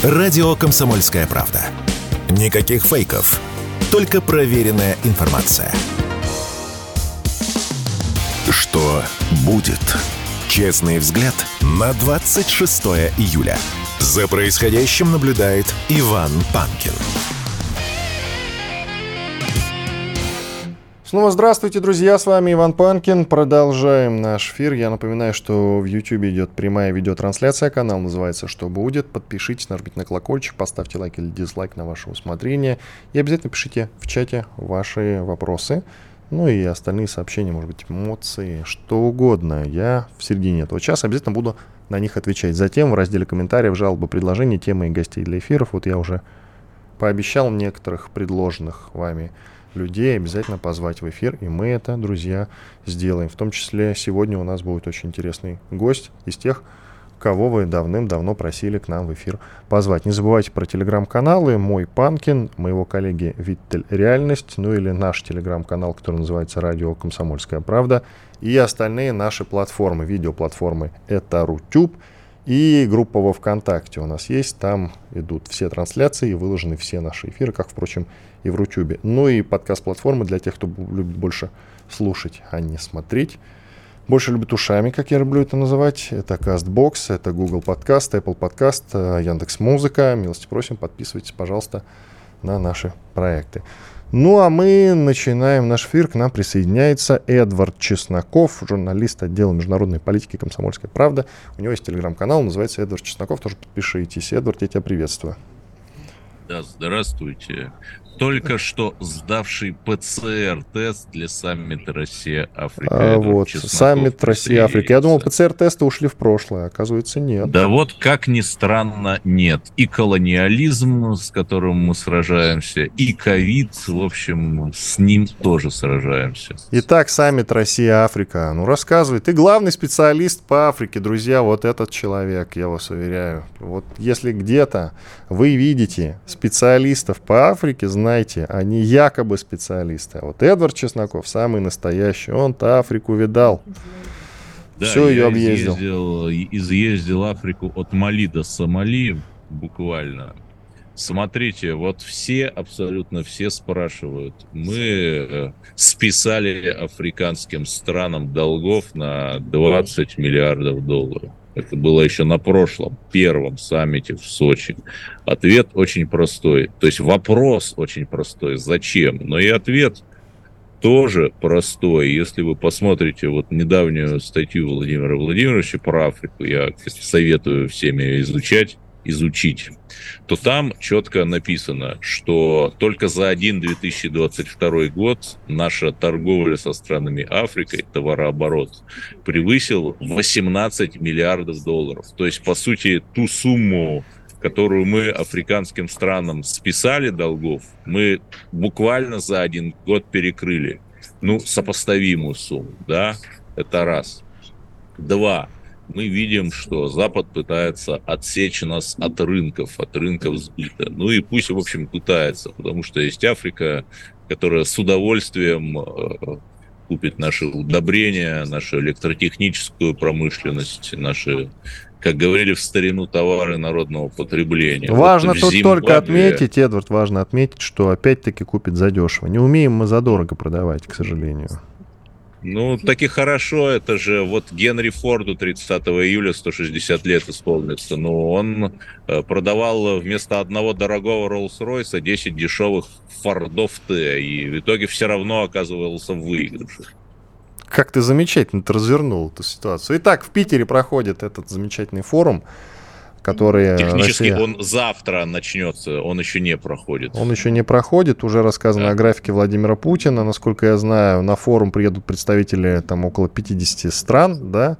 Радио «Комсомольская правда». Никаких фейков, только проверенная информация. Что будет? Честный взгляд на 26 июля. За происходящим наблюдает Иван Панкин. Снова здравствуйте, друзья, с вами Иван Панкин. Продолжаем наш эфир. Я напоминаю, что в YouTube идет прямая видеотрансляция. Канал называется «Что будет?». Подпишитесь, нажмите на колокольчик, поставьте лайк или дизлайк на ваше усмотрение. И обязательно пишите в чате ваши вопросы. Ну и остальные сообщения, может быть, эмоции, что угодно. Я в середине этого часа обязательно буду на них отвечать. Затем в разделе комментариев, жалобы, предложения, темы и гостей для эфиров. Вот я уже пообещал некоторых предложенных вами людей обязательно позвать в эфир, и мы это, друзья, сделаем. В том числе сегодня у нас будет очень интересный гость из тех, кого вы давным-давно просили к нам в эфир позвать. Не забывайте про телеграм-каналы «Мой Панкин», моего коллеги «Виттель Реальность», ну или наш телеграм-канал, который называется «Радио Комсомольская правда», и остальные наши платформы, видеоплатформы — это Рутюб, и группа во ВКонтакте у нас есть, там идут все трансляции, выложены все наши эфиры, как, впрочем, и в Рутюбе. Ну и подкаст-платформы для тех, кто любит больше слушать, а не смотреть. Больше любит ушами, как я люблю это называть. Это CastBox, это Google Подкаст, Apple Подкаст, Яндекс.Музыка. Милости просим, подписывайтесь, пожалуйста, на наши проекты. Ну, а мы начинаем наш эфир. К нам присоединяется Эдвард Чесноков, журналист отдела международной политики «Комсомольская правда». У него есть телеграм-канал, называется Эдвард Чесноков. Тоже подпишитесь. Эдвард, я тебя приветствую. Да, здравствуйте. Только что сдавший ПЦР-тест для саммита Россия-Африка. Вот, саммит Россия-Африка. Я думал, ПЦР-тесты ушли в прошлое, оказывается, нет. Да вот, как ни странно, нет. И колониализм, с которым мы сражаемся, и ковид, в общем, с ним тоже сражаемся. Итак, саммит Россия-Африка. Ну, рассказывай. Ты главный специалист по Африке, друзья, вот этот человек, я вас уверяю. Вот если где-то вы видите специалистов по Африке, знаете, они якобы специалисты. А вот Эдвард Чесноков самый настоящий. Он-то Африку видал. Да, все ее объездил. Изъездил Африку от Мали до Сомали буквально. Смотрите, вот все, абсолютно все спрашивают. Мы списали африканским странам долгов на 20 миллиардов долларов. Это было еще на прошлом, первом саммите в Сочи. Ответ очень простой. То есть вопрос очень простой. Зачем? Но и ответ тоже простой. Если вы посмотрите вот недавнюю статью Владимира Владимировича про Африку, я советую всем ее изучить, то там четко написано, что только за один 2022 год наша торговля со странами Африки, товарооборот, превысил 18 миллиардов долларов. То есть, по сути, ту сумму, которую мы африканским странам списали долгов, мы буквально за один год перекрыли. Ну, сопоставимую сумму, да? Это раз. Два. Мы видим, что Запад пытается отсечь нас от рынков сбыта. Ну и пусть, в общем, пытается, потому что есть Африка, которая с удовольствием купит наши удобрения, нашу электротехническую промышленность, наши, как говорили в старину, товары народного потребления. Важно вот тут только отметить, Эдвард, важно отметить, что опять-таки купит задешево. Не умеем мы задорого продавать, к сожалению. Ну, таки хорошо, это же вот Генри Форду 30 июля 160 лет исполнится. Ну, он продавал вместо одного дорогого Роллс-Ройса 10 дешевых Фордов Т, и в итоге все равно оказывался в выигрыше. Как ты замечательно развернул эту ситуацию. Итак, в Питере проходит этот замечательный форум, который... Технически он завтра начнется, он еще не проходит. Он еще не проходит, уже рассказано о графике Владимира Путина. Насколько я знаю, на форум приедут представители там около 50 стран, да?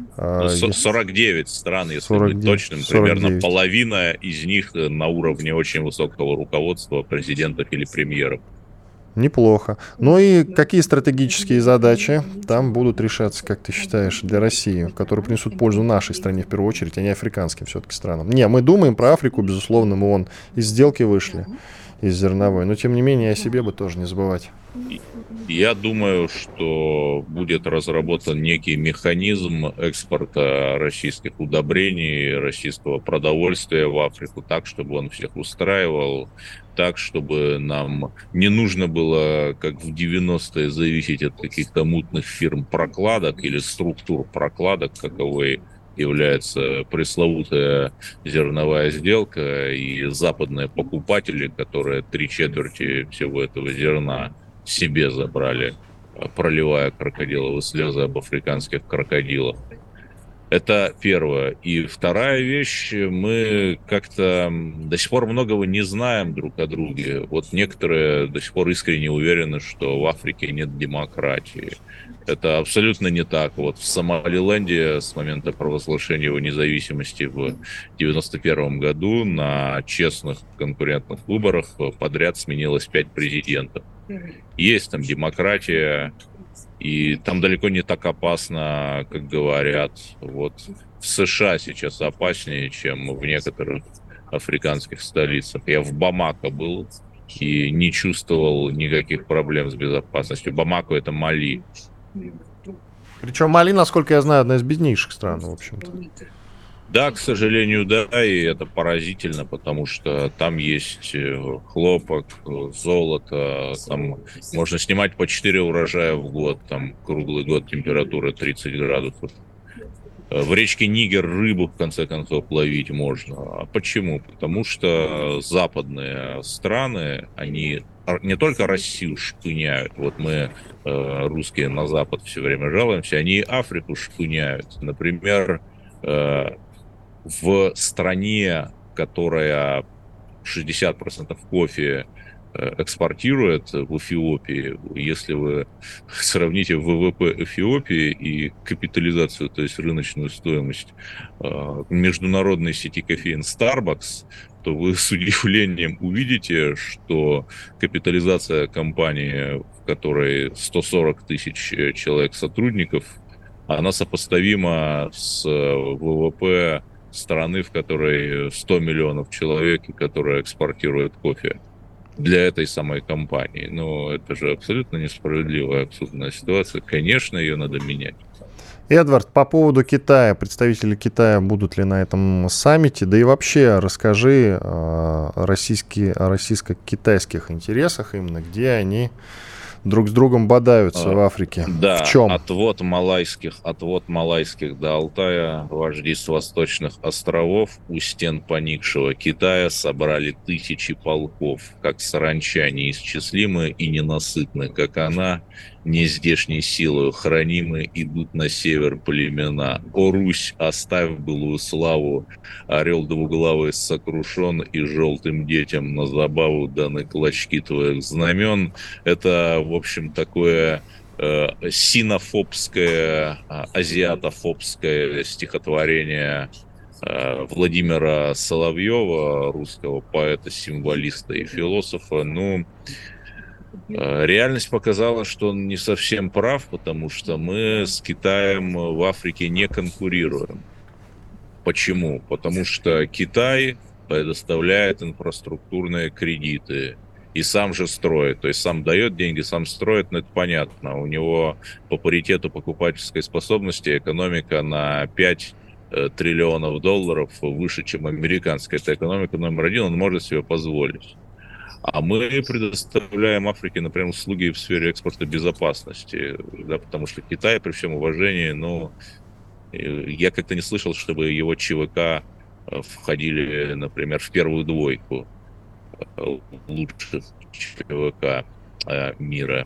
49 стран, если быть точным. 49. Примерно половина из них на уровне очень высокого руководства президентов или премьеров. Неплохо. Ну и какие стратегические задачи там будут решаться, как ты считаешь, для России, которые принесут пользу нашей стране в первую очередь, а не африканским все-таки странам? Не, мы думаем про Африку, безусловно, мы вон из сделки вышли, из зерновой, но тем не менее о себе бы тоже не забывать. Я думаю, что будет разработан некий механизм экспорта российских удобрений, российского продовольствия в Африку так, чтобы он всех устраивал, так, чтобы нам не нужно было, как в 90-е, зависеть от каких-то мутных фирм прокладок или структур прокладок, каковой является пресловутая зерновая сделка и западные покупатели, которые 3/4 всего этого зерна себе забрали, проливая крокодиловые слезы об африканских крокодилах. Это первое. И вторая вещь, мы как-то до сих пор многого не знаем друг о друге. Вот некоторые до сих пор искренне уверены, что в Африке нет демократии. Это абсолютно не так. Вот в Сомалиленде с момента провозглашения его независимости в 91 году на честных конкурентных выборах подряд сменилось 5 президентов. Есть там демократия, и там далеко не так опасно, как говорят. Вот в США сейчас опаснее, чем в некоторых африканских столицах. Я в Бамако был и не чувствовал никаких проблем с безопасностью. Бамако — это Мали. Причем Мали, насколько я знаю, одна из беднейших стран, в общем-то. Да, к сожалению, да, и это поразительно, потому что там есть хлопок, золото, там можно снимать по 4 урожая в год, там круглый год температура 30 градусов. В речке Нигер рыбу, в конце концов, ловить можно. А почему? Потому что западные страны, они не только Россию шпыняют, вот мы, русские, на Запад все время жалуемся, они и Африку шпыняют. Например, в стране, которая 60% кофе экспортирует в Эфиопии, если вы сравните ВВП Эфиопии и капитализацию, то есть рыночную стоимость международной сети кофеин Starbucks, то вы с удивлением увидите, что капитализация компании, в которой 140 тысяч человек сотрудников, она сопоставима с ВВП страны, в которой 100 миллионов человек, и которая экспортирует кофе для этой самой компании. Но это же абсолютно несправедливая, абсурдная ситуация. Конечно, ее надо менять. Эдвард, по поводу Китая, представители Китая будут ли на этом саммите? Да и вообще расскажи о российско-китайских интересах именно, где они друг с другом бодаются в Африке. Да, в чем? отвод малайских до Алтая, вожди с восточных островов у стен поникшего Китая собрали тысячи полков, как саранча неисчислимы и ненасытны, как она, нездешней силою хранимы, идут на север племена. О, Русь, оставь былую славу, орел двуглавый сокрушен, и желтым детям на забаву даны клочки твоих знамен. Это, в общем, такое синофобское, азиатофобское стихотворение Владимира Соловьева, русского поэта, символиста и философа. Ну, реальность показала, что он не совсем прав, потому что мы с Китаем в Африке не конкурируем. Почему? Потому что Китай предоставляет инфраструктурные кредиты и сам же строит. То есть сам дает деньги, сам строит, но это понятно. У него по паритету покупательской способности экономика на 5 триллионов долларов выше, чем американская. Это экономика номер один, он может себе позволить. А мы предоставляем Африке, например, услуги в сфере экспорта безопасности, да, потому что Китай, при всем уважении, ну, я как-то не слышал, чтобы его ЧВК входили, например, в первую двойку лучших ЧВК мира.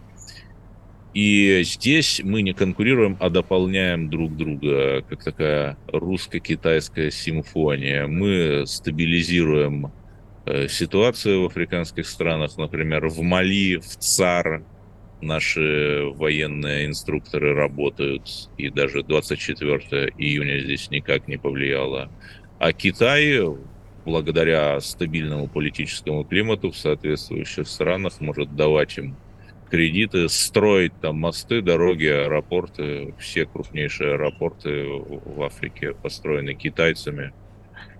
И здесь мы не конкурируем, а дополняем друг друга, как такая русско-китайская симфония. Мы стабилизируем ситуацию в африканских странах, например, в Мали, в ЦАР наши военные инструкторы работают, и даже 24 июня здесь никак не повлияло. А Китай, благодаря стабильному политическому климату в соответствующих странах, может давать им кредиты, строить там мосты, дороги, аэропорты. Все крупнейшие аэропорты в Африке построены китайцами.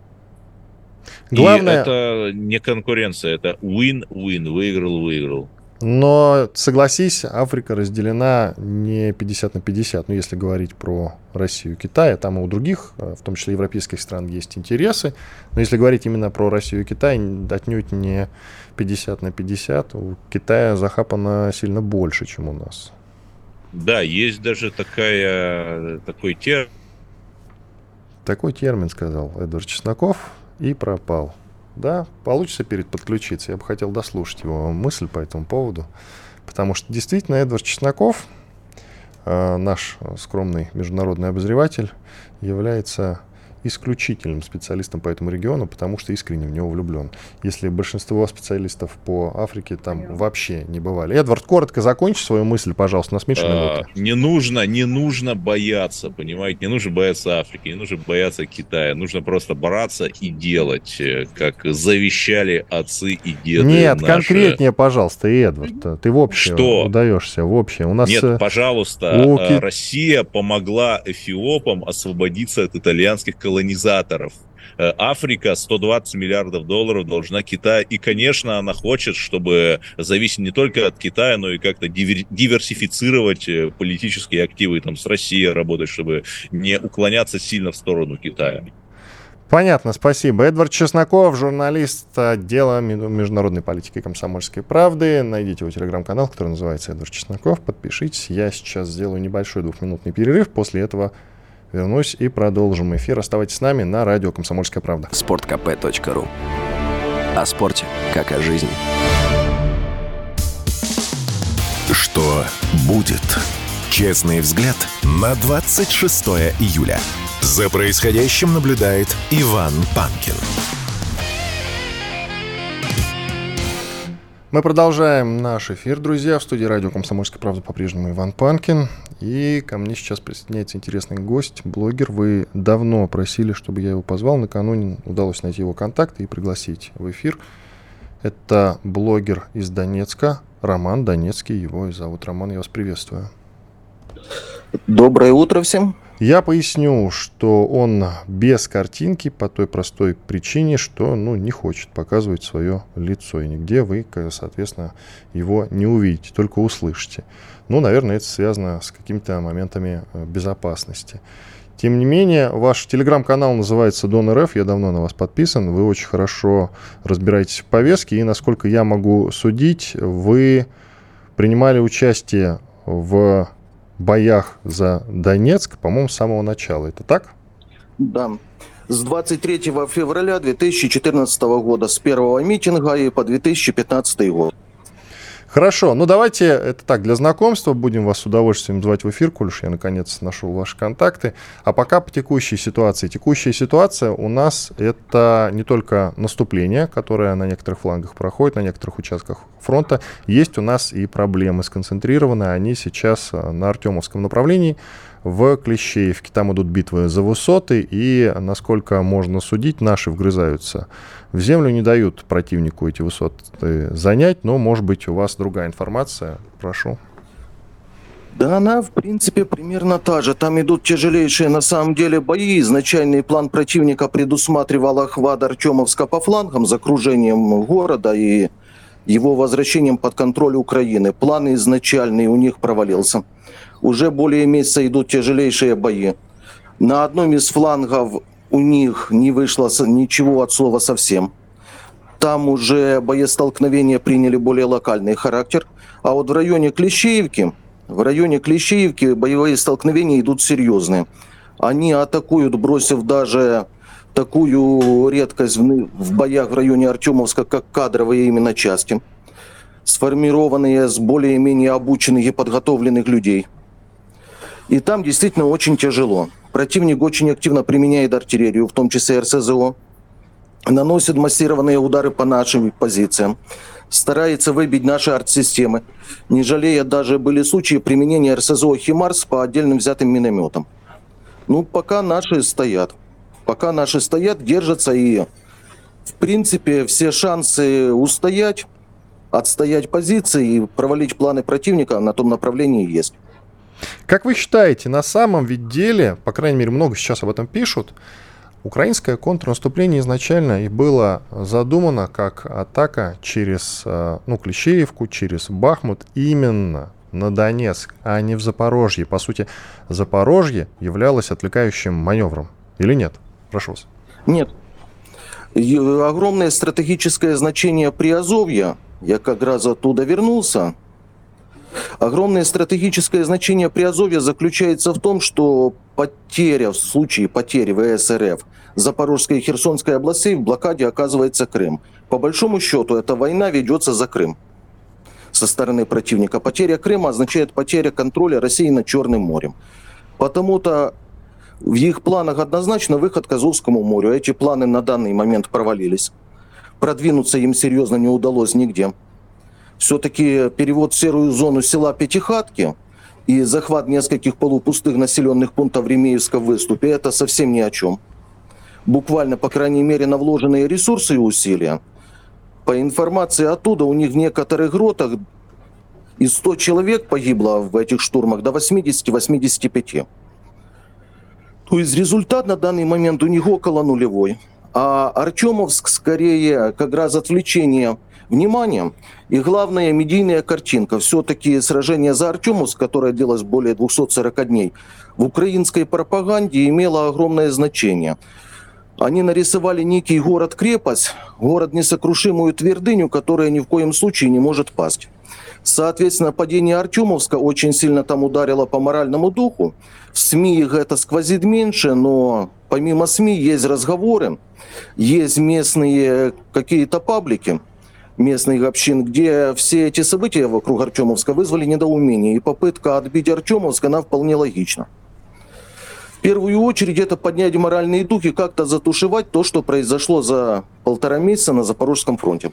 Главное... И это не конкуренция, это win-win, выиграл-выиграл. Но, согласись, Африка разделена не 50 на 50. Ну, если говорить про Россию и Китай, там и у других, в том числе европейских стран, есть интересы. Но если говорить именно про Россию и Китай, отнюдь не 50 на 50. У Китая захапано сильно больше, чем у нас. Да, есть даже такой термин. Такой термин, сказал Эдвард Чесноков, и пропал. Да, получится подключиться. Я бы хотел дослушать его мысль по этому поводу. Потому что действительно Эдвард Чесноков, наш скромный международный обозреватель, является исключительным специалистом по этому региону, потому что искренне в него влюблен. Если большинство специалистов по Африке там вообще не бывали. Эдвард, коротко закончи свою мысль, пожалуйста, у нас меньше минуты. Не нужно бояться, понимаете, не нужно бояться Африки, не нужно бояться Китая, нужно просто браться и делать, как завещали отцы и деды. Нет, наши. Конкретнее, пожалуйста, Эдвард, ты в общее удаешься, в общее. У нас Нет, пожалуйста, Россия помогла эфиопам освободиться от итальянских колонизаторов. Африка $120 миллиардов должна Китаю. И, конечно, она хочет, чтобы зависеть не только от Китая, но и как-то диверсифицировать политические активы, там, с Россией работать, чтобы не уклоняться сильно в сторону Китая. Понятно, спасибо. Эдвард Чесноков, журналист отдела международной политики «Комсомольской правды». Найдите его телеграм-канал, который называется «Эдвард Чесноков». Подпишитесь. Я сейчас сделаю небольшой 2-минутный перерыв. После этого вернусь и продолжим эфир. Оставайтесь с нами на радио «Комсомольская правда». sportkp.ru. О спорте, как о жизни. Что будет? Честный взгляд на 26 июля. За происходящим наблюдает Иван Панкин. Мы продолжаем наш эфир, друзья. В студии радио «Комсомольская правда» по-прежнему Иван Панкин. И ко мне сейчас присоединяется интересный гость, блогер. Вы давно просили, чтобы я его позвал. Накануне удалось найти его контакты и пригласить в эфир. Это блогер из Донецка, Роман Донецкий. Его и зовут Роман. Я вас приветствую. Доброе утро всем. Я поясню, что он без картинки по той простой причине, что не хочет показывать свое лицо. И нигде вы, соответственно, его не увидите, только услышите. Наверное, это связано с какими-то моментами безопасности. Тем не менее, ваш телеграм-канал называется Дон РФ. Я давно на вас подписан. Вы очень хорошо разбираетесь в повестке. И, насколько я могу судить, вы принимали участие в боях за Донецк, по-моему, с самого начала. Это так? Да. С 23 февраля 2014 года, с первого митинга и по 2015 год. Хорошо, давайте, это так, для знакомства, будем вас с удовольствием звать в эфир, коль уж я наконец нашел ваши контакты. А пока по текущей ситуации. Текущая ситуация у нас это не только наступление, которое на некоторых флангах проходит, на некоторых участках фронта. Есть у нас и проблемы сконцентрированы, они сейчас на Артемовском направлении, в Клещеевке. Там идут битвы за высоты, и, насколько можно судить, наши вгрызаются в землю, не дают противнику эти высоты занять, но, может быть, у вас другая информация. Прошу. Да, она, в принципе, примерно та же. Там идут тяжелейшие, на самом деле, бои. Изначальный план противника предусматривал охват Артемовска по флангам, закружением города и его возвращением под контроль Украины. План изначальный у них провалился. Уже более месяца идут тяжелейшие бои. На одном из флангов у них не вышло ничего от слова совсем. Там уже боестолкновения приняли более локальный характер. А вот в районе Клещеевки боевые столкновения идут серьезные. Они атакуют, бросив даже такую редкость в боях в районе Артемовска, как кадровые именно части, сформированные с более-менее обученных и подготовленных людей. И там действительно очень тяжело. Противник очень активно применяет артиллерию, в том числе РСЗО, наносит массированные удары по нашим позициям, старается выбить наши артсистемы, не жалея даже были случаи применения РСЗО «Химарс» по отдельным взятым минометам. Пока наши стоят, держатся, и в принципе все шансы устоять, отстоять позиции и провалить планы противника на том направлении есть. Как вы считаете, на самом деле, по крайней мере, много сейчас об этом пишут, Украинское контрнаступление изначально и было задумано как атака через Клещеевку, через Бахмут именно на Донецк, а не в Запорожье. По сути, Запорожье являлось отвлекающим маневром. Или нет? Прошу вас. Нет. Огромное стратегическое значение Приазовья, я как раз оттуда вернулся, огромное стратегическое значение Приазовья заключается в том, что в случае потери ВС РФ Запорожской и Херсонской областей в блокаде оказывается Крым. По большому счету, эта война ведется за Крым со стороны противника. Потеря Крыма означает потеря контроля России над Черным морем. Потому-то в их планах однозначно выход к Азовскому морю. Эти планы на данный момент провалились. Продвинуться им серьезно не удалось нигде. Все-таки перевод в серую зону села Пятихатки и захват нескольких полупустых населенных пунктов в Ремеевском выступе – это совсем ни о чем. Буквально, по крайней мере, на вложенные ресурсы и усилия. По информации оттуда, у них в некоторых ротах из 100 человек погибло в этих штурмах до 80-85. То есть результат на данный момент у них около нулевой. А Артемовск скорее как раз отвлечение внимания и, главное, медийная картинка. Все-таки сражение за Артемовск, которое длилось более 240 дней, в украинской пропаганде имело огромное значение. Они нарисовали некий город-крепость, город-несокрушимую твердыню, которая ни в коем случае не может пасть. Соответственно, падение Артемовска очень сильно там ударило по моральному духу. В СМИ их это сквозит меньше, но помимо СМИ есть разговоры, есть местные какие-то паблики местных общин, где все эти события вокруг Артемовска вызвали недоумение. И попытка отбить Артемовск, она вполне логична. В первую очередь это поднять моральные духи, как-то затушевать то, что произошло за 1,5 месяца на Запорожском фронте.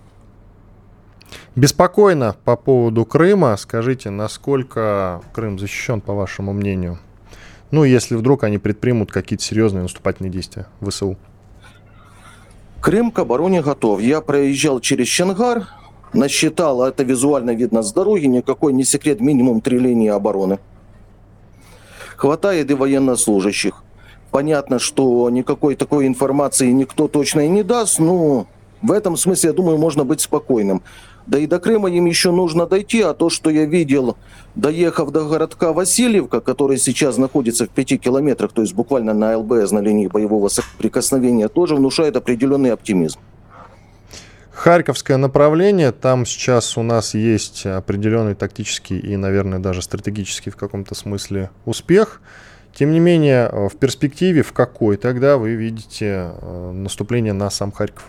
Беспокойно по поводу Крыма. Скажите, насколько Крым защищен, по вашему мнению? Если вдруг они предпримут какие-то серьезные наступательные действия ВСУ. Крым к обороне готов. Я проезжал через Чонгар, насчитал, это визуально видно с дороги, никакой не секрет, минимум 3 линии обороны. Хватает и военнослужащих. Понятно, что никакой такой информации никто точно и не даст, но в этом смысле, я думаю, можно быть спокойным. Да и до Крыма им еще нужно дойти, а то, что я видел, доехав до городка Васильевка, который сейчас находится в 5 километрах, то есть буквально на ЛБС, на линии боевого соприкосновения, тоже внушает определенный оптимизм. Харьковское направление, там сейчас у нас есть определенный тактический и, наверное, даже стратегический в каком-то смысле успех. Тем не менее, в перспективе, в какой тогда вы видите наступление на сам Харьков?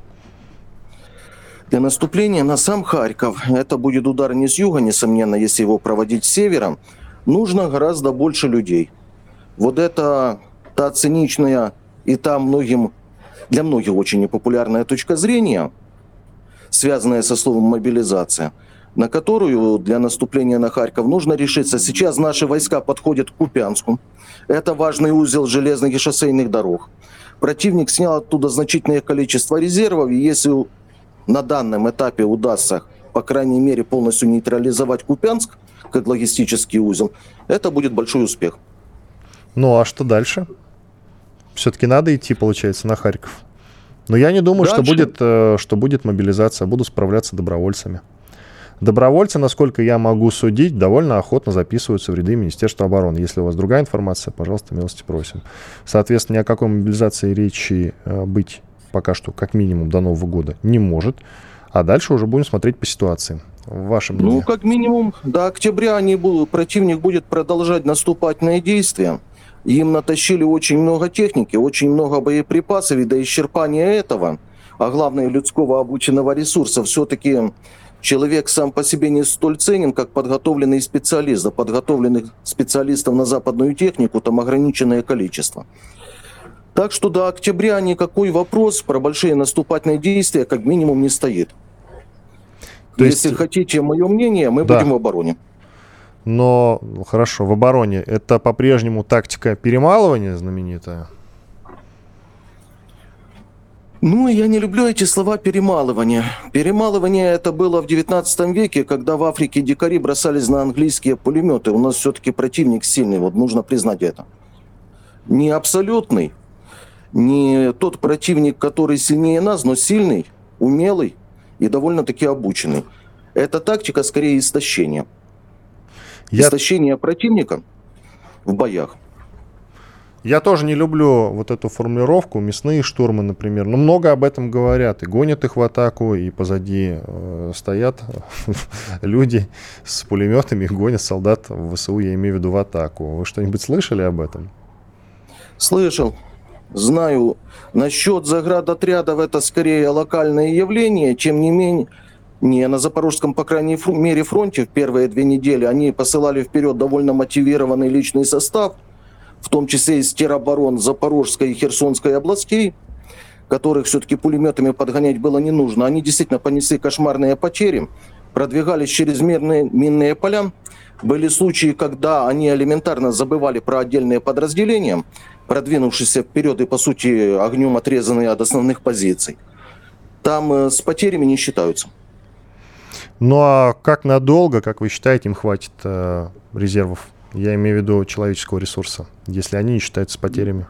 Для наступления на сам Харьков, это будет удар не с юга, несомненно, если его проводить с севера, нужно гораздо больше людей. Вот это та циничная и та для многих очень непопулярная точка зрения, связанная со словом мобилизация, на которую для наступления на Харьков нужно решиться. Сейчас наши войска подходят к Купянску. Это важный узел железных и шоссейных дорог. Противник снял оттуда значительное количество резервов, и если на данном этапе удастся, по крайней мере, полностью нейтрализовать Купянск как логистический узел, это будет большой успех. А что дальше? Все-таки надо идти, получается, на Харьков. Но я не думаю, что будет мобилизация. Буду справляться добровольцами. Добровольцы, насколько я могу судить, довольно охотно записываются в ряды Министерства обороны. Если у вас другая информация, пожалуйста, милости просим. Соответственно, ни о какой мобилизации речи быть пока что, как минимум, до Нового года не может. А дальше уже будем смотреть по ситуации. В вашем мнении? Как минимум до октября противник будет продолжать наступательные действия. Им натащили очень много техники, очень много боеприпасов, и до исчерпания этого, а главное людского обученного ресурса, все-таки человек сам по себе не столь ценен, как подготовленный специалист. А подготовленных специалистов на западную технику там ограниченное количество. Так что до октября никакой вопрос про большие наступательные действия как минимум не стоит. Если хотите мое мнение, мы будем в обороне. Но, хорошо, в обороне это по-прежнему тактика перемалывания знаменитая? Я не люблю эти слова перемалывание. Перемалывание это было в 19 веке, когда в Африке дикари бросались на английские пулеметы. У нас все-таки противник сильный, нужно признать это. Не абсолютный. не тот противник, который сильнее нас, но сильный, умелый и довольно-таки обученный. Это тактика скорее истощения. Истощение противника в боях. Я тоже не люблю вот эту формулировку «мясные штурмы», например. Но много об этом говорят. И гонят их в атаку, и позади стоят люди с пулеметами, гонят солдат в ВСУ, я имею в виду, в атаку. Вы что-нибудь слышали об этом? Слышал. Знаю. Насчет заградотрядов это скорее локальное явление. Тем не менее, на Запорожском, по крайней мере, фронте в первые 2 недели они посылали вперед довольно мотивированный личный состав, в том числе из тероборон Запорожской и Херсонской областей, которых все-таки пулеметами подгонять было не нужно. Они действительно понесли кошмарные потери, продвигались через минные поля. Были случаи, когда они элементарно забывали про отдельные подразделения, продвинувшись вперед и, по сути, огнем отрезанные от основных позиций. Там с потерями не считаются. Ну а как надолго, как вы считаете, им хватит резервов? Я имею в виду человеческого ресурса, если они не считаются потерями.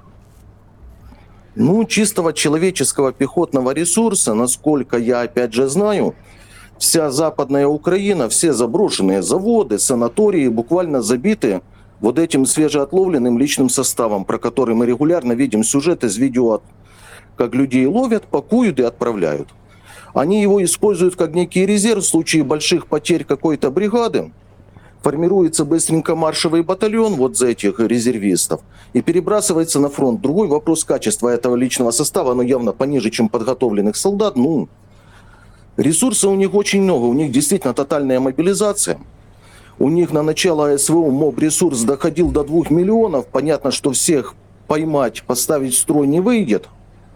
Чистого человеческого пехотного ресурса, насколько я опять же знаю, вся Западная Украина, все заброшенные заводы, санатории буквально забиты вот этим свежеотловленным личным составом, про который мы регулярно видим сюжет из видео, как людей ловят, пакуют и отправляют. Они его используют как некий резерв в случае больших потерь какой-то бригады. Формируется быстренько маршевый батальон вот за этих резервистов и перебрасывается на фронт. Другой вопрос качества этого личного состава, оно явно пониже, чем подготовленных солдат. Ресурсов у них очень много, у них действительно тотальная мобилизация. У них на начало СВО моб-ресурс доходил до 2 миллионов. Понятно, что всех поймать, поставить в строй не выйдет.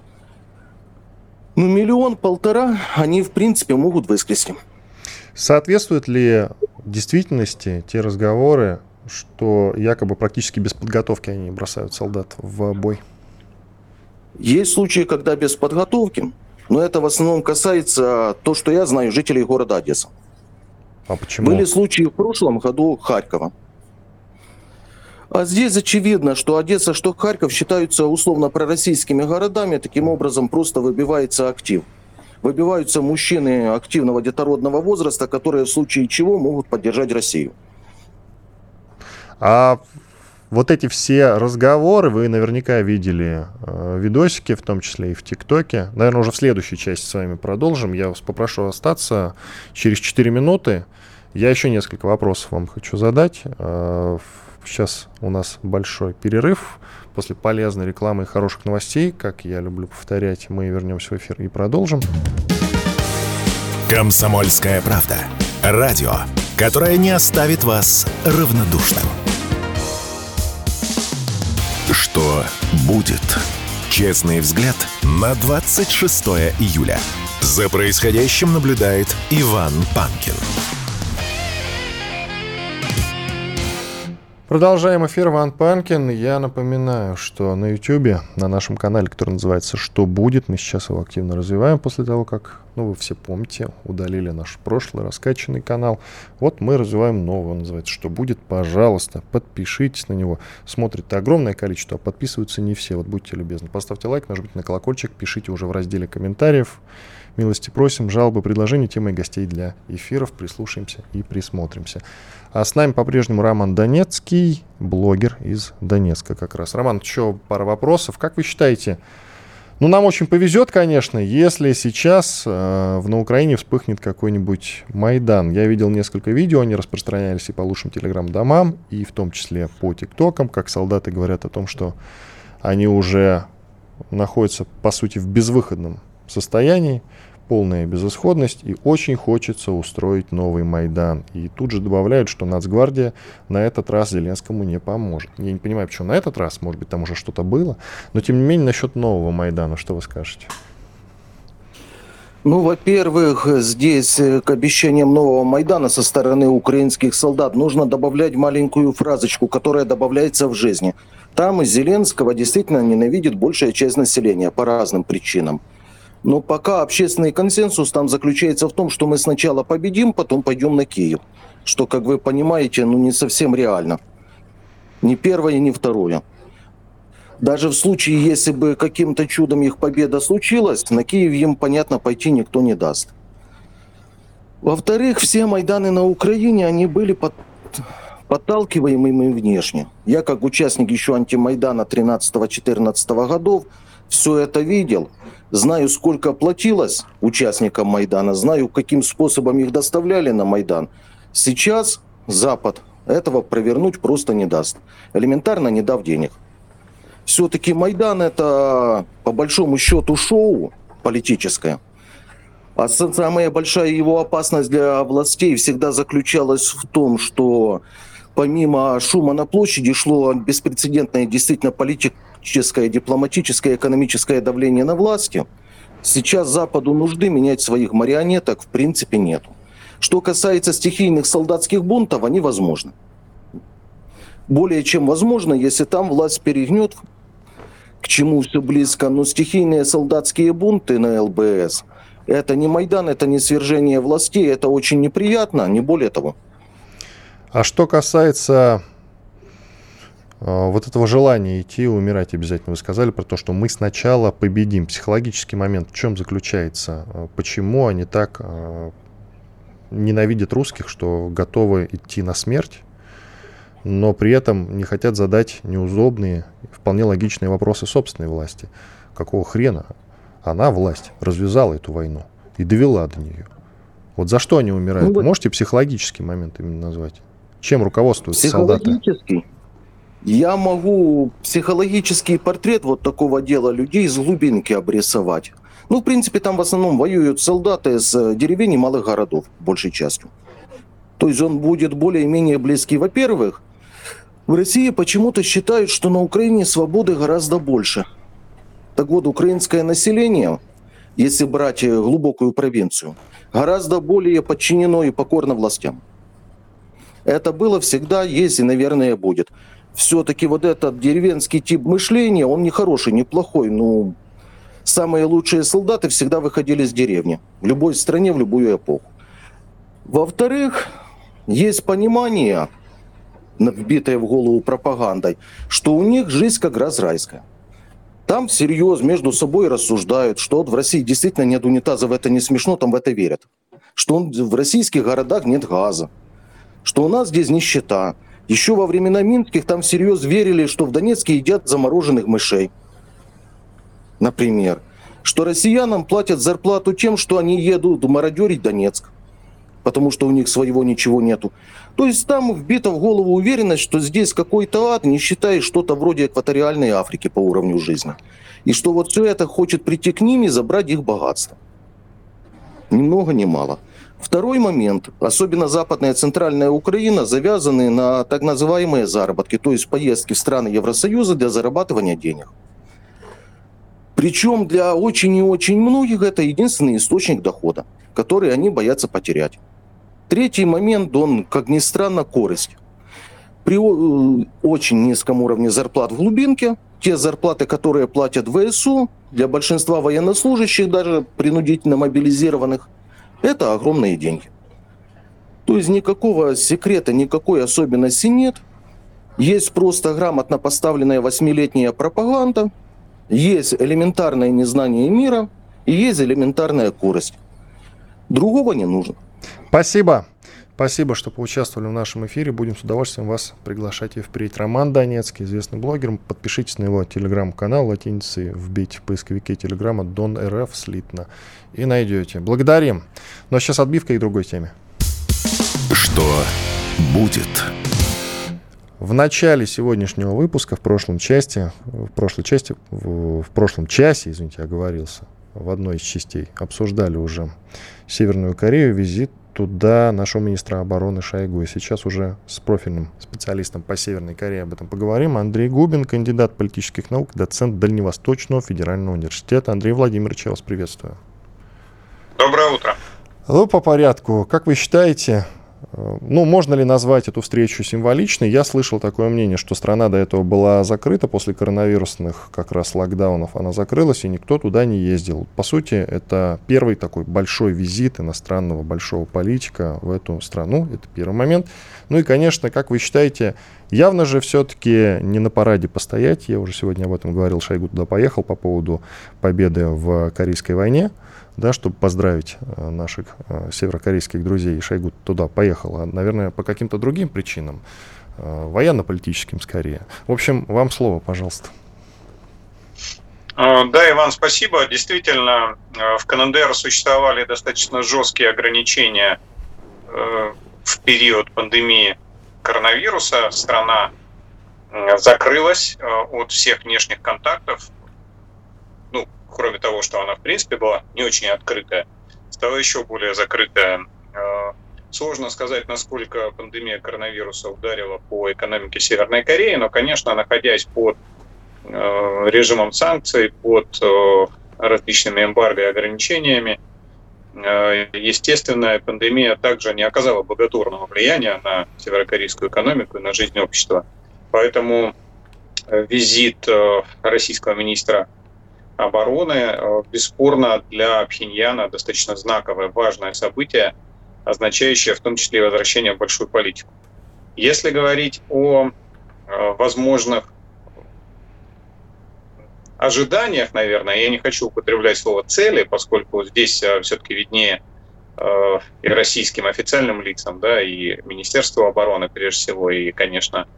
1-1,5 миллиона они в принципе могут выскрести. Соответствует ли действительности те разговоры, что якобы практически без подготовки они бросают солдат в бой? Есть случаи, когда без подготовки, но это в основном касается, то, что я знаю, жителей города Одесса. А почему? Были случаи в прошлом году Харькова. А здесь очевидно, что Одесса, что Харьков считаются условно пророссийскими городами, таким образом просто выбивается актив. Выбиваются мужчины активного детородного возраста, которые в случае чего могут поддержать Россию. А вот эти все разговоры, вы наверняка видели видосики, в том числе и в ТикТоке. Наверное, уже в следующей части с вами продолжим. Я вас попрошу остаться через 4 минуты. Я еще несколько вопросов вам хочу задать. Сейчас у нас большой перерыв. После полезной рекламы и хороших новостей, как я люблю повторять, мы вернемся в эфир и продолжим. «Комсомольская правда». Радио, которое не оставит вас равнодушным. Что будет? Честный взгляд на 26 июля. За происходящим наблюдает Иван Панкин. Продолжаем эфир. Иван Панкин. Я напоминаю, что на YouTube, на нашем канале, который называется «Что будет?», мы сейчас его активно развиваем после того, как, вы все помните, удалили наш прошлый раскачанный канал. Вот мы развиваем новый, он называется «Что будет?». Пожалуйста, подпишитесь на него. Смотрит огромное количество, а подписываются не все. Вот будьте любезны. Поставьте лайк, нажмите на колокольчик, пишите уже в разделе комментариев. Милости просим, жалобы, предложения, темы и гостей для эфиров. Прислушаемся и присмотримся. А с нами по-прежнему Роман Донецкий, блогер из Донецка как раз. Роман, еще пара вопросов. Как вы считаете, нам очень повезет, конечно, если сейчас на Украине вспыхнет какой-нибудь Майдан. Я видел несколько видео, они распространялись и по лучшим телеграм-домам, и в том числе по тиктокам, как солдаты говорят о том, что они уже находятся, по сути, в безвыходном состоянии, полная безысходность, и очень хочется устроить новый Майдан. И тут же добавляют, что Нацгвардия на этот раз Зеленскому не поможет. Я не понимаю, почему на этот раз, может быть, там уже что-то было, но тем не менее насчет нового Майдана, что вы скажете? Во-первых, здесь к обещаниям нового Майдана со стороны украинских солдат нужно добавлять маленькую фразочку, которая добавляется в жизни. Там Зеленского действительно ненавидит большая часть населения по разным причинам. Но пока общественный консенсус там заключается в том, что мы сначала победим, потом пойдем на Киев. Что, как вы понимаете, не совсем реально. Ни первое, ни второе. Даже в случае, если бы каким-то чудом их победа случилась, на Киев им, понятно, пойти никто не даст. Во-вторых, все Майданы на Украине, они были подталкиваемыми внешне. Я, как участник еще антимайдана 13-14 годов, все это видел. Знаю, сколько платилось участникам Майдана, знаю, каким способом их доставляли на Майдан. Сейчас Запад этого провернуть просто не даст, элементарно не дав денег. Все-таки Майдан – это, по большому счету, шоу политическое. А самая большая его опасность для властей всегда заключалась в том, что помимо шума на площади шло беспрецедентное действительно политическое, дипломатическое, экономическое давление на власти. Сейчас Западу нужды менять своих марионеток в принципе нету. Что касается стихийных солдатских бунтов, они возможны. Более чем возможно, если там власть перегнет, к чему все близко. Но стихийные солдатские бунты на ЛБС – это не Майдан, это не свержение властей, это очень неприятно, не более того. А что касается вот этого желания идти и умирать обязательно, вы сказали про то, что мы сначала победим. Психологический момент в чем заключается? Почему они так ненавидят русских, что готовы идти на смерть, но при этом не хотят задать неудобные, вполне логичные вопросы собственной власти? Какого хрена она, власть, развязала эту войну и довела до нее? Вот за что они умирают? Можете психологический момент именно назвать? Чем руководствуются солдаты? Я могу психологический портрет вот такого дела людей с глубинки обрисовать. Ну, в принципе, там в основном воюют солдаты с деревень и малых городов, большей частью. То есть он будет более-менее близкий. Во-первых, в России почему-то считают, что на Украине свободы гораздо больше. Так вот, украинское население, если брать глубокую провинцию, гораздо более подчинено и покорно властям. Это было, всегда есть и, наверное, будет. Все-таки вот этот деревенский тип мышления, он не хороший, не плохой, но самые лучшие солдаты всегда выходили с деревни. В любой стране, в любую эпоху. Во-вторых, есть понимание, вбитое в голову пропагандой, что у них жизнь как раз райская. Там всерьез между собой рассуждают, что вот в России действительно нет унитазов, это не смешно, там в это верят. Что в российских городах нет газа, что у нас здесь нищета. Еще во времена Минских там всерьез верили, что в Донецке едят замороженных мышей. Например. Что россиянам платят зарплату тем, что они едут мародерить Донецк. Потому что у них своего ничего нету. То есть там вбита в голову уверенность, что здесь какой-то ад, не считая что-то вроде экваториальной Африки по уровню жизни. И что вот все это хочет прийти к ним и забрать их богатство. Ни много ни мало. Второй момент, особенно западная и центральная Украина, завязаны на так называемые заработки, то есть поездки в страны Евросоюза для зарабатывания денег. Причем для очень и очень многих это единственный источник дохода, который они боятся потерять. Третий момент, он, как ни странно, корысть. При очень низком уровне зарплат в глубинке, те зарплаты, которые платят ВСУ, для большинства военнослужащих, даже принудительно мобилизированных, это огромные деньги. То есть никакого секрета, никакой особенности нет. Есть просто грамотно поставленная 8-летняя пропаганда, есть элементарное незнание мира и есть элементарная корость. Другого не нужно. Спасибо. Спасибо, что поучаствовали в нашем эфире. Будем с удовольствием вас приглашать и впредь. Роман Донецкий, известный блогер. Подпишитесь на его телеграм-канал, латиницей вбейте в поисковике телеграма Дон РФ слитно и найдете. Благодарим. Ну а сейчас отбивка и к другой теме. Что будет? В начале сегодняшнего выпуска, в прошлом часе, оговорился, в одной из частей, обсуждали уже Северную Корею, визит туда нашего министра обороны Шойгу. И сейчас уже с профильным специалистом по Северной Корее об этом поговорим. Андрей Губин, кандидат политических наук, доцент Дальневосточного федерального университета. Андрей Владимирович, я вас приветствую. Доброе утро. Ну, по порядку. Как вы считаете, можно ли назвать эту встречу символичной? Я слышал такое мнение, что страна до этого была закрыта, после коронавирусных как раз локдаунов она закрылась, и никто туда не ездил. По сути, это первый такой большой визит иностранного большого политика в эту страну. Это первый момент. Ну и, конечно, как вы считаете, явно же все-таки не на параде постоять. Я уже сегодня об этом говорил, Шойгу туда поехал по поводу победы в Корейской войне. Да, чтобы поздравить наших северокорейских друзей, Шойгу туда поехал, наверное, по каким-то другим причинам, военно-политическим скорее. В общем, вам слово, пожалуйста. Да, Иван, спасибо. Действительно, в КНДР существовали достаточно жесткие ограничения в период пандемии коронавируса. Страна закрылась от всех внешних контактов. Кроме того, что она, в принципе, была не очень открытая, стала еще более закрытая. Сложно сказать, насколько пандемия коронавируса ударила по экономике Северной Кореи, но, конечно, находясь под режимом санкций, под различными эмбарго и ограничениями, естественно, пандемия также не оказала благотворного влияния на северокорейскую экономику и на жизнь общества. Поэтому визит российского министра обороны, бесспорно, для Пхеньяна достаточно знаковое, важное событие, означающее в том числе и возвращение в большую политику. Если говорить о возможных ожиданиях, наверное, я не хочу употреблять слово «цели», поскольку здесь все-таки виднее и российским официальным лицам, да, и Министерству обороны, прежде всего, и, конечно,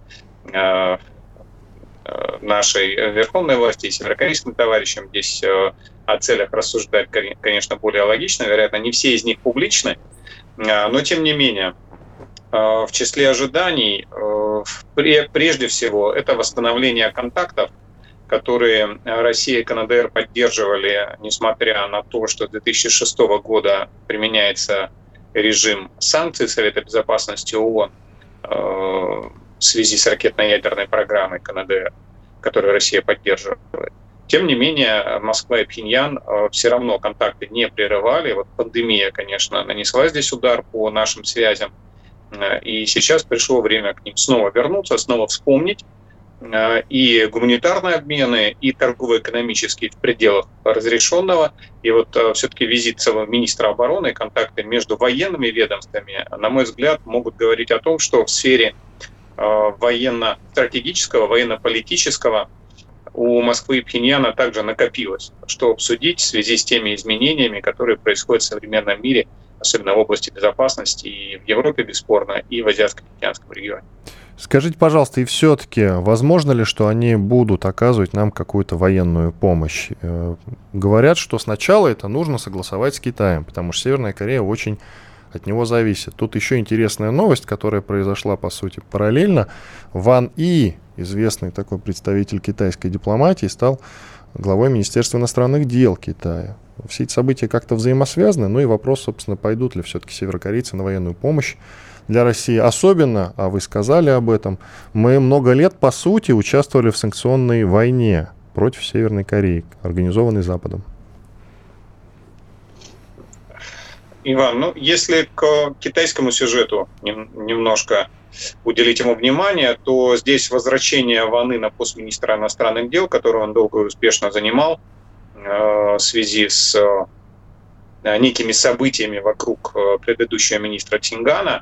нашей верховной власти и северокорейским товарищам. Здесь о целях рассуждать, конечно, более логично. Вероятно, не все из них публичны. Но, тем не менее, в числе ожиданий, прежде всего, это восстановление контактов, которые Россия и КНДР поддерживали, несмотря на то, что с 2006 года применяется режим санкций Совета Безопасности ООН в связи с ракетно-ядерной программой КНДР, которую Россия поддерживает. Тем не менее, Москва и Пхеньян все равно контакты не прерывали. Вот пандемия, конечно, нанесла здесь удар по нашим связям. И сейчас пришло время к ним снова вернуться, снова вспомнить. И гуманитарные обмены, и торгово-экономические в пределах разрешенного. И вот все-таки визит целого министра обороны, контакты между военными ведомствами, на мой взгляд, могут говорить о том, что в сфере военно-стратегического, военно-политического у Москвы и Пхеньяна также накопилось, что обсудить в связи с теми изменениями, которые происходят в современном мире, особенно в области безопасности и в Европе, бесспорно, и в Азиатско-Тихоокеанском регионе. Скажите, пожалуйста, и все-таки, возможно ли, что они будут оказывать нам какую-то военную помощь? Говорят, что сначала это нужно согласовать с Китаем, потому что Северная Корея очень от него зависит. Тут еще интересная новость, которая произошла, по сути, параллельно. Ван И, известный такой представитель китайской дипломатии, стал главой Министерства иностранных дел Китая. Все эти события как-то взаимосвязаны, ну и вопрос, собственно, пойдут ли все-таки северокорейцы на военную помощь для России. Особенно, а вы сказали об этом, мы много лет, по сути, участвовали в санкционной войне против Северной Кореи, организованной Западом. Иван, если к китайскому сюжету немножко уделить ему внимание, то здесь возвращение Ван И на пост министра иностранных дел, который он долго и успешно занимал в связи с некими событиями вокруг предыдущего министра Чингана,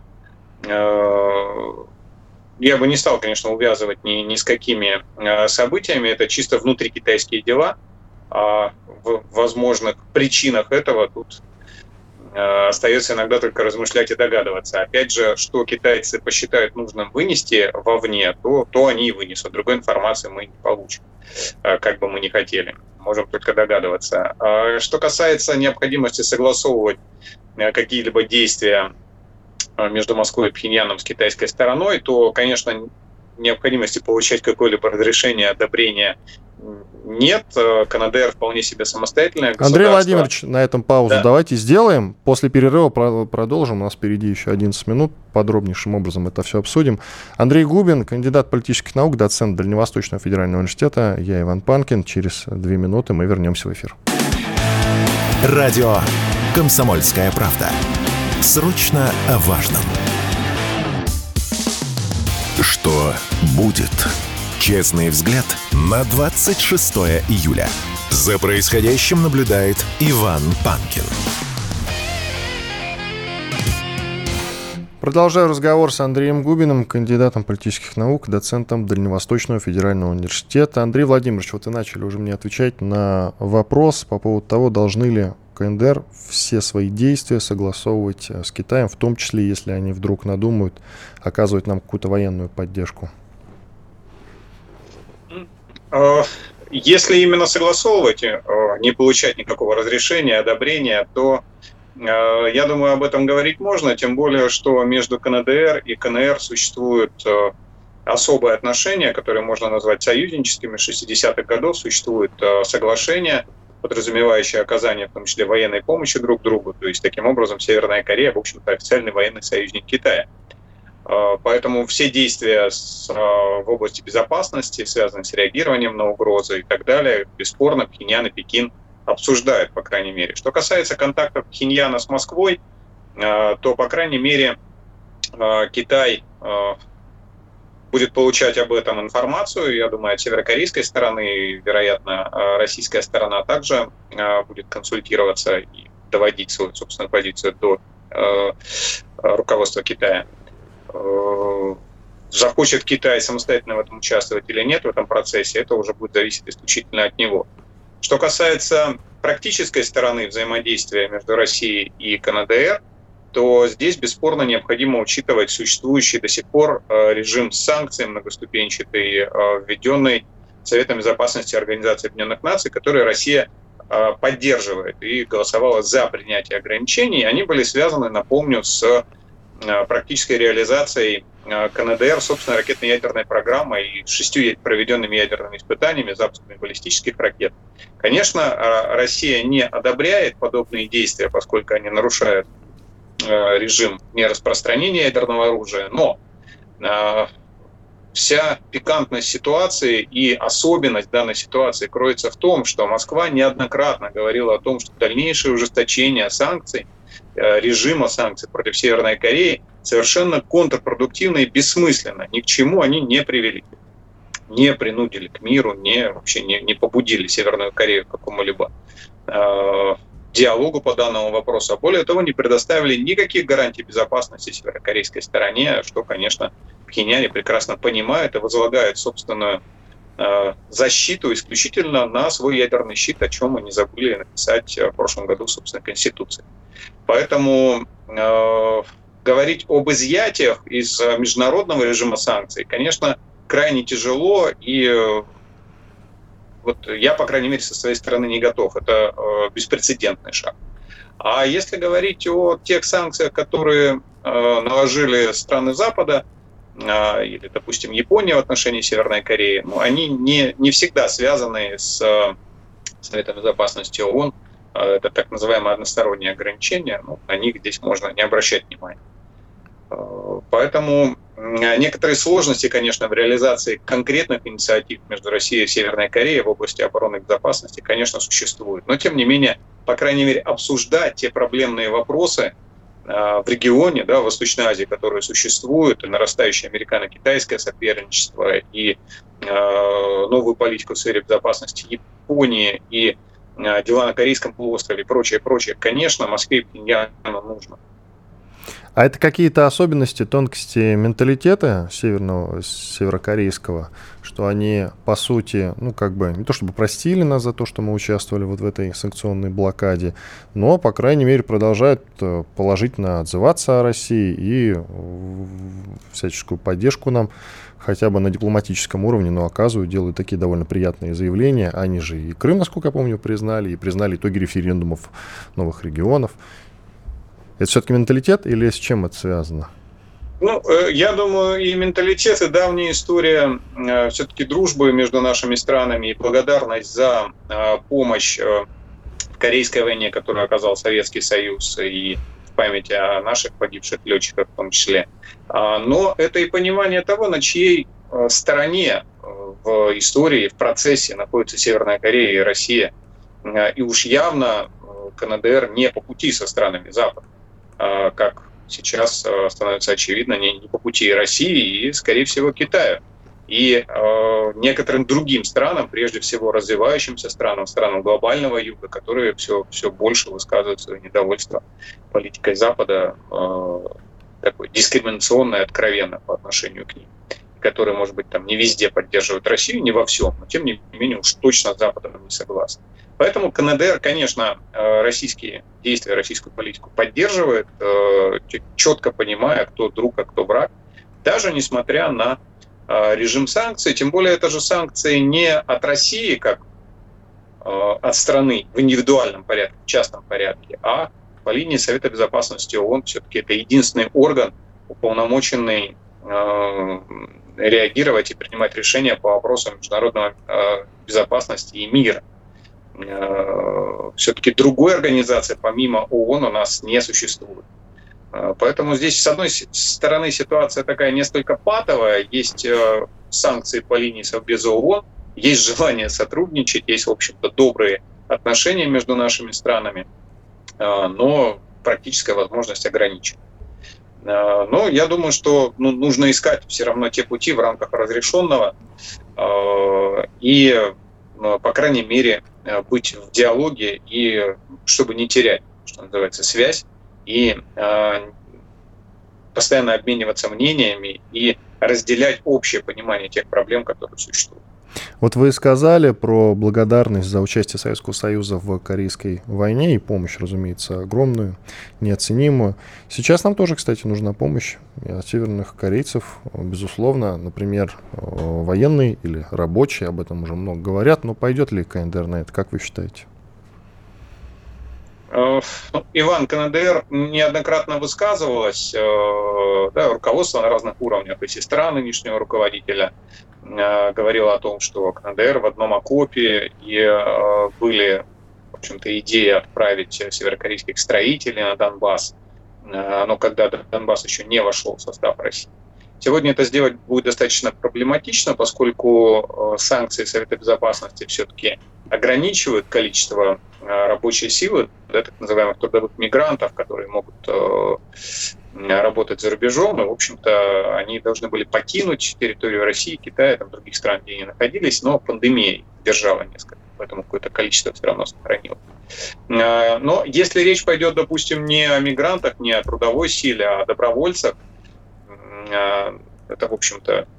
я бы не стал, конечно, увязывать ни с какими событиями, это чисто внутрикитайские дела, а в возможных причинах этого тут остается иногда только размышлять и догадываться. Опять же, что китайцы посчитают нужным вынести вовне, то они и вынесут. Другой информации мы не получим, как бы мы ни хотели. Можем только догадываться. Что касается необходимости согласовывать какие-либо действия между Москвой и Пхеньяном с китайской стороной, то, конечно, необходимости получать какое-либо разрешение, одобрение нет. КНДР вполне себе самостоятельное государство. Андрей Владимирович, на этом паузу да. Давайте сделаем. После перерыва продолжим. У нас впереди еще 11 минут. Подробнейшим образом это все обсудим. Андрей Губин, кандидат политических наук, доцент Дальневосточного федерального университета. Я Иван Панкин. Через 2 минуты мы вернемся в эфир. Радио «Комсомольская правда». Срочно о важном. Что будет? Честный взгляд на 26 июля. За происходящим наблюдает Иван Панкин. Продолжаю разговор с Андреем Губиным, кандидатом политических наук, доцентом Дальневосточного федерального университета. Андрей Владимирович, вот вы начали уже мне отвечать на вопрос по поводу того, должны ли КНДР все свои действия согласовывать с Китаем, в том числе, если они вдруг надумают оказывать нам какую-то военную поддержку. Если именно согласовывать, не получать никакого разрешения, одобрения, то я думаю, об этом говорить можно, тем более, что между КНДР и КНР существуют особые отношения, которые можно назвать союзническими. С 60-х годов существует соглашение, подразумевающее оказание, в том числе, военной помощи друг другу. То есть, таким образом, Северная Корея, в общем-то, официальный военный союзник Китая. Поэтому все действия в области безопасности, связанные с реагированием на угрозы и так далее, бесспорно, Пхеньян и Пекин обсуждают, по крайней мере. Что касается контактов Пхеньяна с Москвой, то, по крайней мере, Китай будет получать об этом информацию. Я думаю, от северокорейской стороны, вероятно, российская сторона также будет консультироваться и доводить свою собственную позицию до руководства Китая. Захочет Китай самостоятельно в этом участвовать или нет в этом процессе, это уже будет зависеть исключительно от него. Что касается практической стороны взаимодействия между Россией и КНДР, то здесь бесспорно необходимо учитывать существующий до сих пор режим санкций многоступенчатый, введенный Советом Безопасности Организации Объединенных Наций, который Россия поддерживает и голосовала за принятие ограничений. Они были связаны, напомню, с практической реализацией КНДР собственной ракетно-ядерной программой и 6 проведенными ядерными испытаниями, запусками баллистических ракет. Конечно, Россия не одобряет подобные действия, поскольку они нарушают режим нераспространения ядерного оружия, но вся пикантность ситуации и особенность данной ситуации кроется в том, что Москва неоднократно говорила о том, что дальнейшее ужесточение санкций, режима санкций против Северной Кореи совершенно контрпродуктивно и бессмысленно. Ни к чему они не привели. Не принудили к миру, вообще не побудили Северную Корею к какому-либо диалогу по данному вопросу. А более того, не предоставили никаких гарантий безопасности северокорейской стороне, что, конечно, пхеньяне прекрасно понимают и возлагают собственную защиту исключительно на свой ядерный щит, о чем они забыли написать в прошлом году в собственной Конституции. Поэтому говорить об изъятиях из международного режима санкций, конечно, крайне тяжело, и вот я, по крайней мере, со своей стороны не готов. Это беспрецедентный шаг. А если говорить о тех санкциях, которые наложили страны Запада, или, допустим, Япония в отношении Северной Кореи, они не всегда связаны с Советом Безопасности ООН. Это так называемые односторонние ограничения. На них здесь можно не обращать внимания. Поэтому некоторые сложности, конечно, в реализации конкретных инициатив между Россией и Северной Кореей в области обороны и безопасности, конечно, существуют. Но, тем не менее, по крайней мере, обсуждать те проблемные вопросы в регионе, в Восточной Азии, которые существуют, и нарастающее американо-китайское соперничество, и новую политику в сфере безопасности Японии, и дела на Корейском полуострове и прочее, конечно, Москве и Пхеньяну нужно. А это какие-то особенности, тонкости менталитета северокорейского, что они, по сути, не то чтобы простили нас за то, что мы участвовали вот в этой санкционной блокаде, но, по крайней мере, продолжают положительно отзываться о России и всяческую поддержку нам хотя бы на дипломатическом уровне, но оказывают, делают такие довольно приятные заявления. Они же и Крым, насколько я помню, признали, и признали итоги референдумов новых регионов. Это все-таки менталитет или с чем это связано? Я думаю, и менталитет, и давняя история все-таки дружбы между нашими странами и благодарность за помощь в Корейской войне, которую оказал Советский Союз, и в памяти о наших погибших летчиках в том числе. Но это и понимание того, на чьей стороне в истории, в процессе находится Северная Корея и Россия. И уж явно КНДР не по пути со странами Запада, как сейчас становится очевидно не по пути России и, скорее всего, Китаю. И некоторым другим странам, прежде всего развивающимся странам глобального юга, которые все больше высказывают свое недовольство политикой Запада, такой дискриминационной, откровенно по отношению к ним, которые, может быть, там не везде поддерживают Россию, не во всем, но тем не менее уж точно с Западом не согласны. Поэтому КНДР, конечно, российские действия, российскую политику поддерживает, четко понимая, кто друг, а кто враг, даже несмотря на режим санкций, тем более это же санкции не от России, как от страны в индивидуальном порядке, в частном порядке, а по линии Совета Безопасности ООН. Все-таки это единственный орган, уполномоченный реагировать и принимать решения по вопросам международной безопасности и мира. Все-таки другой организации помимо ООН у нас не существует. Поэтому здесь, с одной стороны, ситуация такая несколько патовая. Есть санкции по линии Совбеза ООН, есть желание сотрудничать, есть, в общем-то, добрые отношения между нашими странами, но практическая возможность ограничена. Но я думаю, что нужно искать все равно те пути в рамках разрешенного и, по крайней мере, быть в диалоге и чтобы не терять, что называется, связь, и постоянно обмениваться мнениями и разделять общее понимание тех проблем, которые существуют. Вот вы сказали про благодарность за участие Советского Союза в Корейской войне и помощь, разумеется, огромную, неоценимую. Сейчас нам тоже, кстати, нужна помощь от северных корейцев, безусловно, например, военные или рабочие, об этом уже много говорят, но пойдет ли КНДР на это, как вы считаете? Иван, КНДР неоднократно высказывалось, руководство на разных уровнях, и сестра нынешнего руководителя говорила о том, что КНДР в одном окопе, и были, в общем-то, идеи отправить северокорейских строителей на Донбасс, но когда Донбасс еще не вошел в состав России. Сегодня это сделать будет достаточно проблематично, поскольку санкции Совета Безопасности все-таки ограничивают количество рабочей силы, так называемых трудовых мигрантов, которые могут работать за рубежом, и, в общем-то, они должны были покинуть территорию России, Китая, там, других стран, где они находились, но пандемия держала несколько, поэтому какое-то количество все равно сохранилось. Но если речь пойдет, допустим, не о мигрантах, не о трудовой силе, а о добровольцах, это, в общем-то,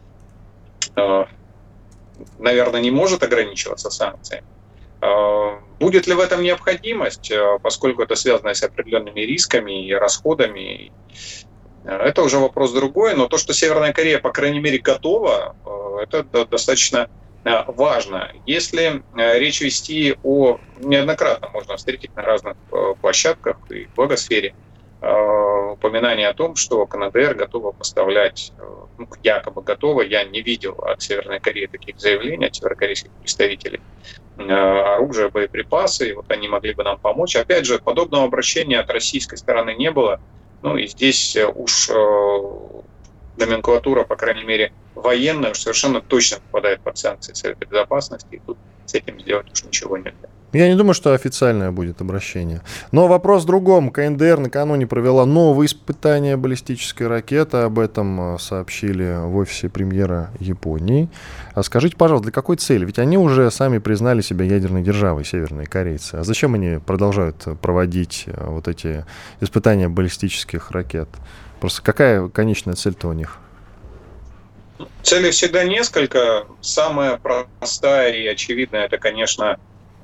наверное, не может ограничиваться санкциями. Будет ли в этом необходимость, поскольку это связано с определенными рисками и расходами, это уже вопрос другой, но то, что Северная Корея, по крайней мере, готова, это достаточно важно. Если речь вести неоднократно можно встретить на разных площадках и в благосфере, упоминание о том, что КНДР готова поставлять, якобы готова, я не видел от Северной Кореи таких заявлений, от северокорейских представителей, оружие, боеприпасы, и вот они могли бы нам помочь. Опять же, подобного обращения от российской стороны не было, и здесь уж номенклатура, по крайней мере, военная, уж совершенно точно попадает под санкции Совета Безопасности, и тут с этим сделать уж ничего нельзя. Я не думаю, что официальное будет обращение. Но вопрос в другом. КНДР накануне провела новые испытания баллистической ракеты. Об этом сообщили в офисе премьера Японии. А скажите, пожалуйста, для какой цели? Ведь они уже сами признали себя ядерной державой, северные корейцы. А зачем они продолжают проводить вот эти испытания баллистических ракет? Просто какая конечная цель-то у них? Целей всегда несколько. Самая простая и очевидная — это, конечно,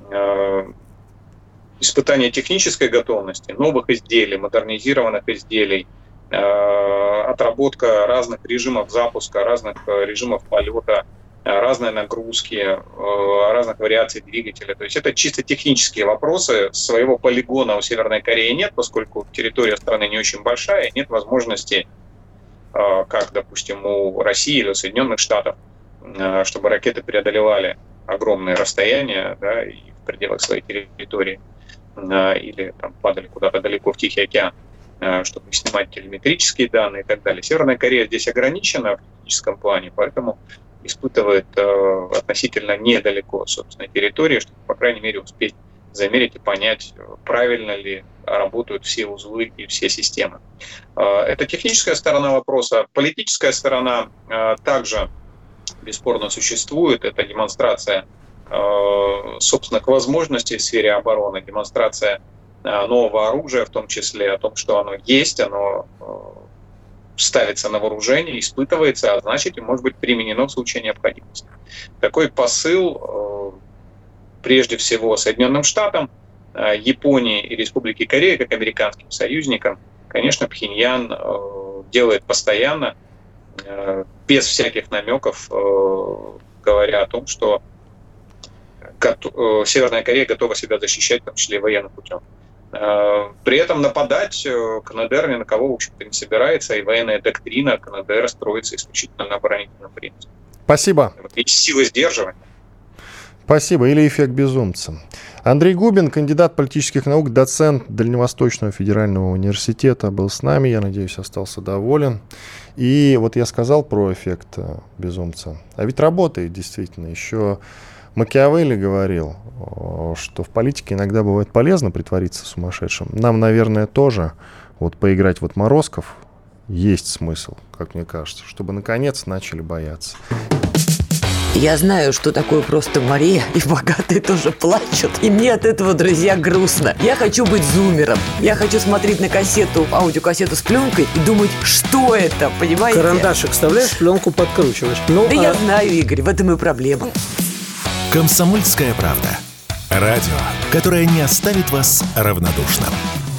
испытание технической готовности, новых изделий, модернизированных изделий, отработка разных режимов запуска, разных режимов полета, разные нагрузки, разных вариаций двигателя. То есть это чисто технические вопросы. Своего полигона у Северной Кореи нет, поскольку территория страны не очень большая, нет возможности, как, допустим, у России или у Соединенных Штатов, чтобы ракеты преодолевали огромные расстояния, да, и в пределах своей территории, или там падали куда-то далеко в Тихий океан, чтобы снимать телеметрические данные и так далее. Северная Корея здесь ограничена в техническом плане, поэтому испытывает относительно недалеко собственной территории, чтобы, по крайней мере, успеть замерить и понять, правильно ли работают все узлы и все системы. Это техническая сторона вопроса. Политическая сторона также бесспорно существует. Это демонстрация собственных возможностей в сфере обороны, демонстрация нового оружия, в том числе о том, что оно есть, оно ставится на вооружение, испытывается, а значит и может быть применено в случае необходимости. Такой посыл прежде всего Соединенным Штатам, Японии и Республике Корея, как американским союзникам, конечно, Пхеньян делает постоянно, без всяких намеков, говоря о том, что Северная Корея готова себя защищать, в том числе и военным путем. При этом нападать КНДР ни на кого, в общем-то, не собирается, и военная доктрина КНДР строится исключительно на оборонительном принципе. Спасибо. Есть силы сдерживания. Спасибо. Или эффект безумца. Андрей Губин, кандидат политических наук, доцент Дальневосточного федерального университета, был с нами. Я надеюсь, остался доволен. И вот я сказал про эффект безумца. А ведь работает действительно. Еще Макиавелли говорил, что в политике иногда бывает полезно притвориться сумасшедшим. Нам, наверное, тоже вот поиграть в отморозков есть смысл, как мне кажется, чтобы наконец начали бояться. Я знаю, что такое просто Мария, и богатые тоже плачут. И мне от этого, друзья, грустно. Я хочу быть зумером. Я хочу смотреть на кассету, аудиокассету с пленкой и думать, что это, понимаете? Карандашик вставляешь, пленку подкручиваешь. Я знаю, Игорь, в этом и проблема. «Комсомольская правда». Радио, которое не оставит вас равнодушным.